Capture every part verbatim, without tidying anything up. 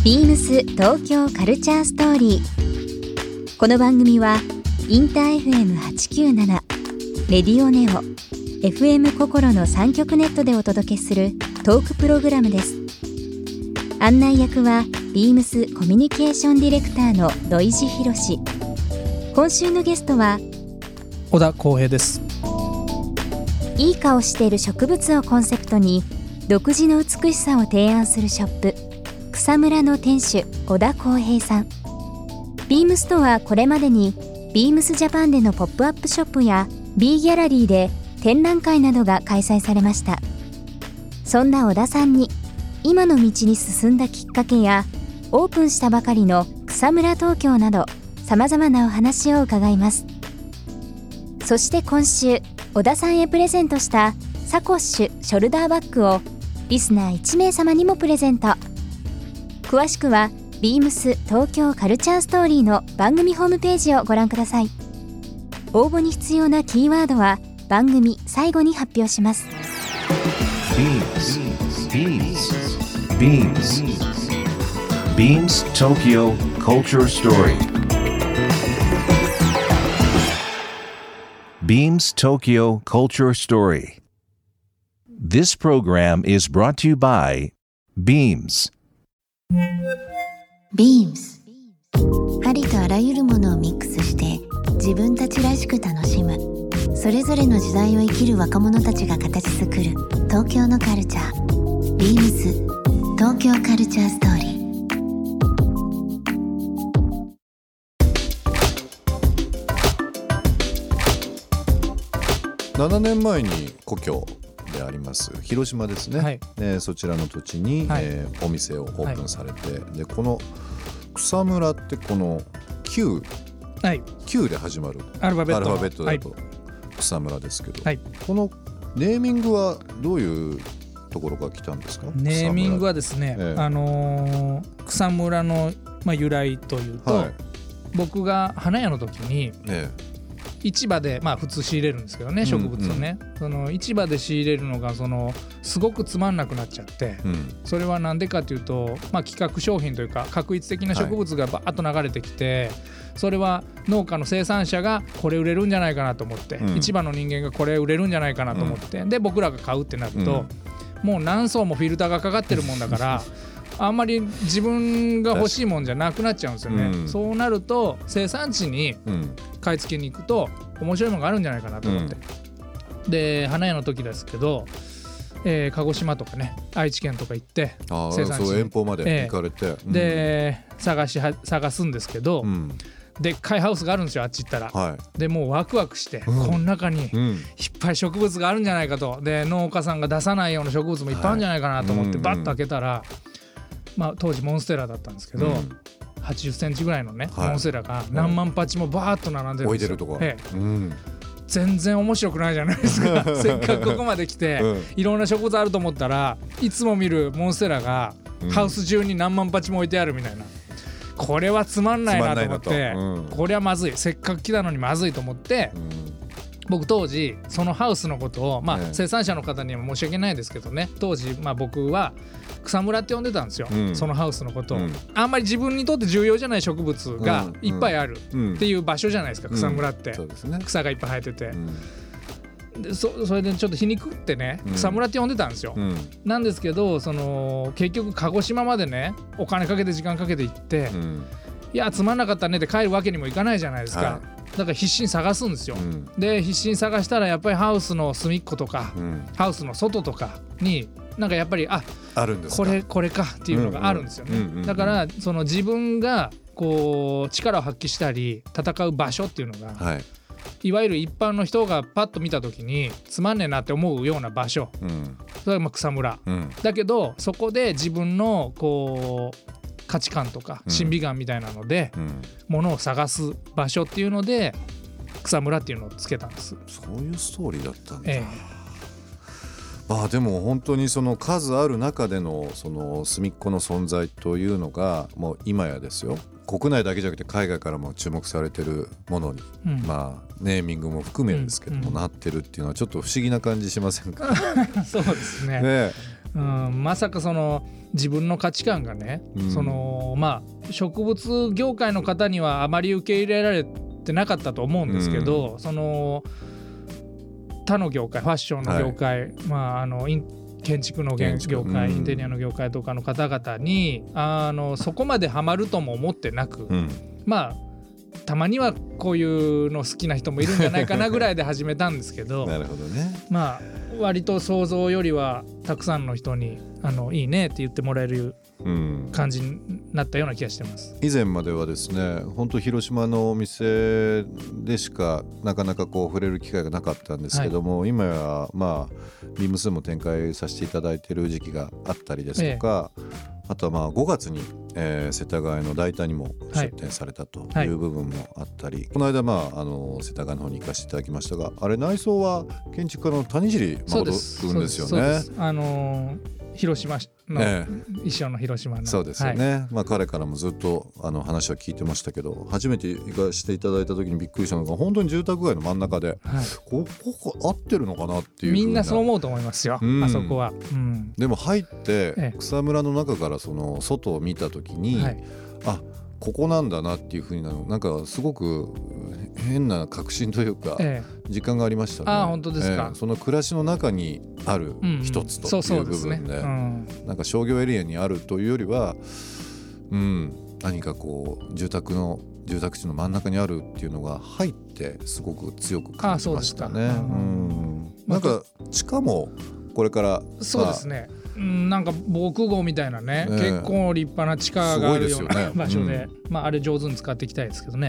ビームス東京カルチャーストーリー。この番組はインター エフエムはちきゅうなな、レディオネオ、エフエム 心のさん局ネットでお届けするトークプログラムです。案内役はビームスコミュニケーションディレクターの土井博志。今週のゲストは小田康平です。 いい顔している植物をコンセプトに独自の美しさを提案するショップ草むらの店主小田康平さん。ビームスとはこれまでにビームスジャパンでのポップアップショップや B ギャラリーで展覧会などが開催されました。そんな小田さんに今の道に進んだきっかけやオープンしたばかりの草むら東京などさまざまなお話を伺います。そして今週小田さんへプレゼントしたサコッシュショルダーバッグをリスナーいち名様にもプレゼント。詳しくはビームス東京カルチャーストーリーの番組ホームページをご覧ください。応募に必要なキーワードは番組最後に発表します。 ビームス ビームス ビームス ビームス Tokyo Culture Story Beams Tokyo Culture Story. This program is brought to you by Beams. ビームス ありとあらゆるものをミックスして自分たちらしく楽しむ、それぞれの時代を生きる若者たちが形作る東京のカルチャー。ビームス東京カルチャーストーリー。 ななねんまえに故郷であります広島ですね、はい、ね、そちらの土地に、はい、えー、お店をオープンされて、はい、でこの草むらってこの Q、はい、Q で始まるアルファベットの、 アルファベットだと草むらですけど、はい、このネーミングはどういうところから来たんですか？ ネーミングはですね、ええ、あのー、草むらの、まあ、由来というと、はい、僕が花屋の時に、ええ、市場で、まあ、普通仕入れるんですけどね、植物をね、うんうん、その市場で仕入れるのがそのすごくつまんなくなっちゃって、うん、それはなんでかというと、まあ、企画商品というか画一的な植物がバーッと流れてきて、はい、それは農家の生産者がこれ売れるんじゃないかなと思って、うん、市場の人間がこれ売れるんじゃないかなと思って、うん、で僕らが買うってなると、うん、もう何層もフィルターがかかってるもんだからあんまり自分が欲しいもんじゃなくなっちゃうんですよね、うん、そうなると生産地に買い付けに行くと面白いものがあるんじゃないかなと思って、うん、で花屋の時ですけど、えー、鹿児島とかね愛知県とか行ってあ生産地にそう遠方まで行かれて、えーうん、で探しは探すんですけど、うん、でっかいハウスがあるんですよ、あっち行ったら、はい、でもうワクワクして、うん、この中にいっぱい植物があるんじゃないかと、で農家さんが出さないような植物もいっぱいあるんじゃないかなと思って、はい、バッと開けたら、まあ、当時モンステラだったんですけど、うん、はちじゅっセンチぐらいのね、はい、モンステラが何万鉢もバーッと並んでるんですよ、 置いてるとこ、 ええ、うん、全然面白くないじゃないですかせっかくここまで来て、うん、いろんな植物あると思ったらいつも見るモンステラがハウス中に何万鉢も置いてあるみたいな、これはつまんないなと思って、うん、これはまずい、せっかく来たのにまずいと思って、うん、僕当時そのハウスのことを、まあ、生産者の方には申し訳ないですけどね、当時、まあ、僕は草むらって呼んでたんですよ、うん、そのハウスのことを、うん、あんまり自分にとって重要じゃない植物がいっぱいあるっていう場所じゃないですか、草むらって、うん、そうですね、草がいっぱい生えてて、うん、で そ, それでちょっと皮肉ってね、草むらって呼んでたんですよ、うん、なんですけどその結局鹿児島までねお金かけて時間かけて行って、うん、いやつまんなかったねって帰るわけにもいかないじゃないですか、はい、だから必死に探すんですよ、うん、で必死に探したらやっぱりハウスの隅っことか、うん、ハウスの外とかになんかやっぱり あ, あるんですかこれこれかっていうのがあるんですよね。だからその自分がこう力を発揮したり戦う場所っていうのが、はい、いわゆる一般の人がパッと見た時につまんねえなって思うような場所、うん、それがまあ草むら、うん、だけどそこで自分のこう価値観とか審美眼みたいなので、うん、ものを探す場所っていうので草むらっていうのをつけたんです。 そういうストーリーだったんだ、ええ、まあでも本当にその数ある中でのその隅っこの存在というのがもう今やですよ、国内だけじゃなくて海外からも注目されてるものに、うん、まあネーミングも含めですけども、うんうん、なってるっていうのはちょっと不思議な感じしませんか？ そうですね。 ね、 うん、まさかその自分の価値観がね、うん、そのまあ植物業界の方にはあまり受け入れられてなかったと思うんですけど、うん、その他の業界ファッションの業界、はい、まああの建築の業界、うん、インテリアの業界とかの方々にあのそこまでハマるとも思ってなく、うん、まあたまにはこういうの好きな人もいるんじゃないかなぐらいで始めたんですけどなるほどね。 まあ割と想像よりはたくさんの人にあのいいねって言ってもらえる感じになったような気がしてます、 うん、以前まではですね本当広島のお店でしかなかなかこう触れる機会がなかったんですけども、はい、今やまあビームスも展開させていただいている時期があったりですとか、ええ、あとはまあごがつに、えー、世田谷の大田にも出店されたという部分もあったり、はいはい、この間まああの世田谷の方に行かせていただきましたが、あれ内装は建築家の谷尻誠君ですよね。 あのー広島の、ええ、一緒の広島のそうですよね、はい、まあ、彼からもずっとあの話は聞いてましたけど、初めて行かせていただいた時にびっくりしたのが本当に住宅街の真ん中で、はい、ここ合ってるのかなっていうみんなそう思うと思いますよ、うん、あそこは、うん、 でも入って草むらの中からその外を見た時に、はい、あここなんだなっていうふうになる、なんかすごく変な確信というか、ええ、時間がありましたね。 あ、本当ですか、 ええ、その暮らしの中にある一つという部分で、なんか商業エリアにあるというよりは、うん、何かこう住宅の住宅地の真ん中にあるっていうのが入ってすごく強く感じましたね。うん、なんか地下もこれから、 そうですね、うん、なんか防空壕みたいなね、えー、結構立派な地下があるような場所で、うん、まあ、あれ上手に使っていきたいですけどね、うん、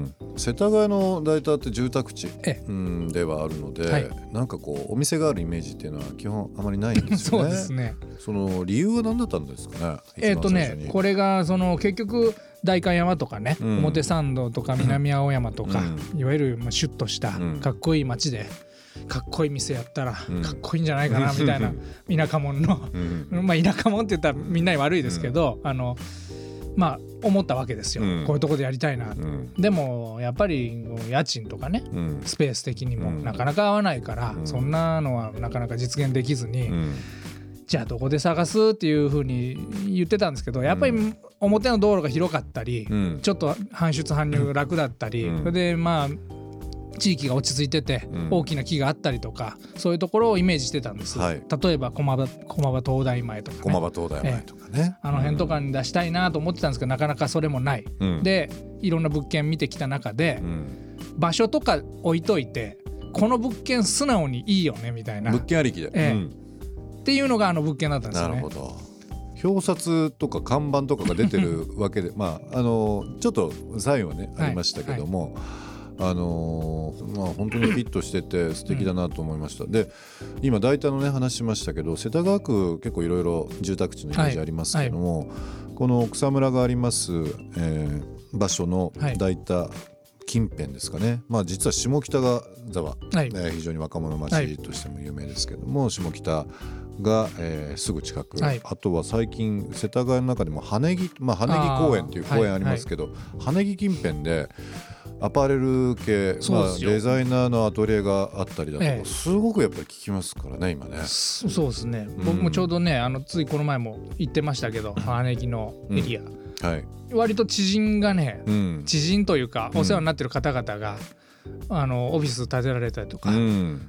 世田谷の大田って住宅地、うん、ではあるので、はい、なんかこうお店があるイメージっていうのは基本あまりないんですよね。 そうですね。 その理由は何だったんですかね。 えーとね、これがその結局代官山とかね、うん、表参道とか南青山とか、うん、いわゆるシュッとしたかっこいい街で、かっこいい店やったらかっこいいんじゃないかなみたいな、うん、田舎者の、うん、まあ田舎者って言ったらみんなに悪いですけど、うん、あのまあ思ったわけですよ、うん、こういうとこでやりたいな、うん、でもやっぱり家賃とかね、うん、スペース的にもなかなか合わないから、うん、そんなのはなかなか実現できずに、うん、じゃあどこで探すっていう風に言ってたんですけど、やっぱり表の道路が広かったり、うん、ちょっと搬出搬入楽だったり、うん、それでまあ地域が落ち着いてて、うん、大きな木があったりとか、そういうところをイメージしてたんです、はい、例えば駒場、駒場東大前とかね、 駒場東大前とかね、 えー、あの辺とかに出したいなと思ってたんですけど、なかなかそれもない、うん、でいろんな物件見てきた中で、うん、場所とか置いといてこの物件素直にいいよねみたいな物件ありきで、 えーうん、っていうのがあの物件だったんですよね。 なるほど。表札とか看板とかが出てるわけでまああのちょっとサインはね、はい、ありましたけども、はい、あのーまあ、本当にフィットしてて素敵だなと思いました、うん、で今大体のね話しましたけど、世田谷区結構いろいろ住宅地のイメージありますけども、はいはい、この草むらがあります、えー、場所の大体近辺ですかね、まあ、実は下北沢、はいえー、非常に若者町としても有名ですけども、はい、下北が、えー、すぐ近く、はい、あとは最近世田谷の中でも羽木、まあ、羽木公園っていう公園ありますけど、はいはい、羽木近辺でアパレル系、まあ、デザイナーのアトリエがあったりだとか、ええ、すごくやっぱり聞きますからね今ね。 そうですね、うん、僕もちょうどねあのついこの前も行ってましたけど、羽木のエリア、うんはい、割と知人がね、うん、知人というかお世話になってる方々が、うん、あのオフィス建てられたりとか、うん、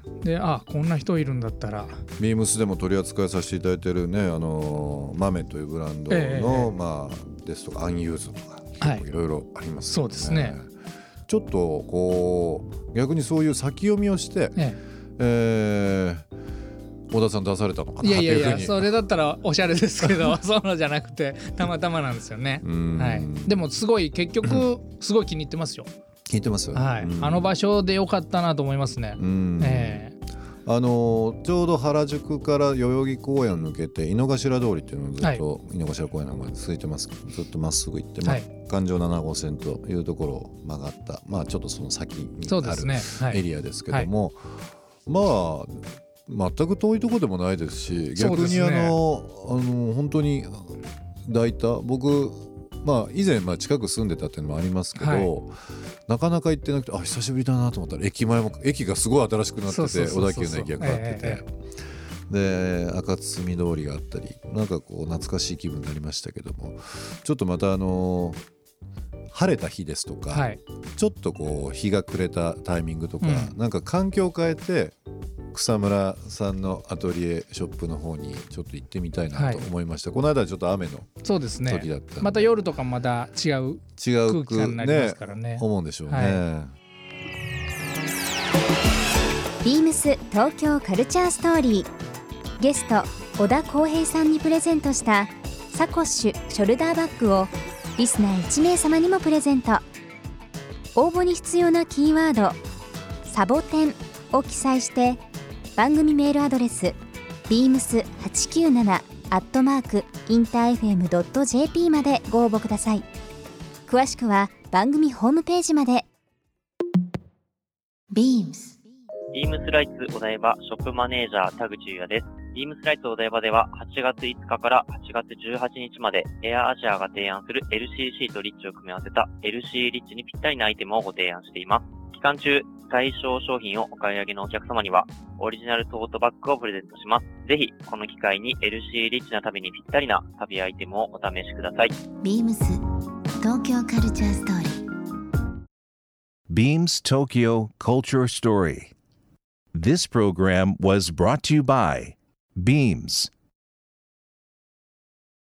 であこんな人いるんだったらビームスでも取り扱いさせていただいてるね、あのマメというブランドの、ええまあ、ですとかアンユーズとかいろいろありますよね、はい、そうですね。ちょっとこう逆にそういう先読みをして、えええー、小田さん出されたのかな。 いやいやいやそれだったらおしゃれですけどそういうのじゃなくてたまたまなんですよね、はい、でもすごい結局すごい気に入ってますよ。 気に入ってます、 はい、あの場所でよかったなと思いますね。うん、えーあのちょうど原宿から代々木公園を抜けて井の頭通りっていうのをずっと、はい、井の頭公園の方まで続いてますけどずっとまっすぐ行って、はい、まあ、環状なな号線というところを曲がった、まあ、ちょっとその先にあるエリアですけども、はい、まあ全く遠いところでもないですし、逆にあの、ね、あの本当に大田僕まあ以前まあ近く住んでたっていうのもありますけど、はい、なかなか行ってなくてあ久しぶりだなと思ったら駅前も駅がすごい新しくなってて小田急の駅が変わってて、えで赤堤通りがあったり、なんかこう懐かしい気分になりましたけども、ちょっとまたあの晴れた日ですとか、はい、ちょっとこう日が暮れたタイミングとか、うん、なんか環境を変えて草むらさんのアトリエショップの方にちょっと行ってみたいなと思いました、はい、この間はちょっと雨のそうですね時だったんで、 また夜とかまた違う空気感になりますからね、 思うんでしょうね、 はい、 ビームス東京カルチャーストーリー、ゲスト小田康平さんにプレゼントしたサコッシュショルダーバッグをリスナーいち名様にもプレゼント。応募に必要なキーワードサボテンを記載して番組メールアドレス ビームスはちきゅうなな アットマーク インターエフエム ドット ジェーピー までご応募ください。詳しくは番組ホームページまで。 ビームスビームスライツお台場ショップマネージャー田口優也です。ビームスライツお台場でははちがついつかからはちがつじゅうはちにちまでエアアジアが提案する エルシーシー とリッチを組み合わせた エルシー リッチにぴったりなアイテムをご提案しています。期間中、対象商品をお買い上げのお客様にはオリジナルトートバッグをプレゼントします。ぜひこの機会に エルシー リッチな旅にぴったりな旅アイテムをお試しください。 ビームス東京カルチャーストーリー Beams Tokyo Culture Story. This program was brought to you by Beams.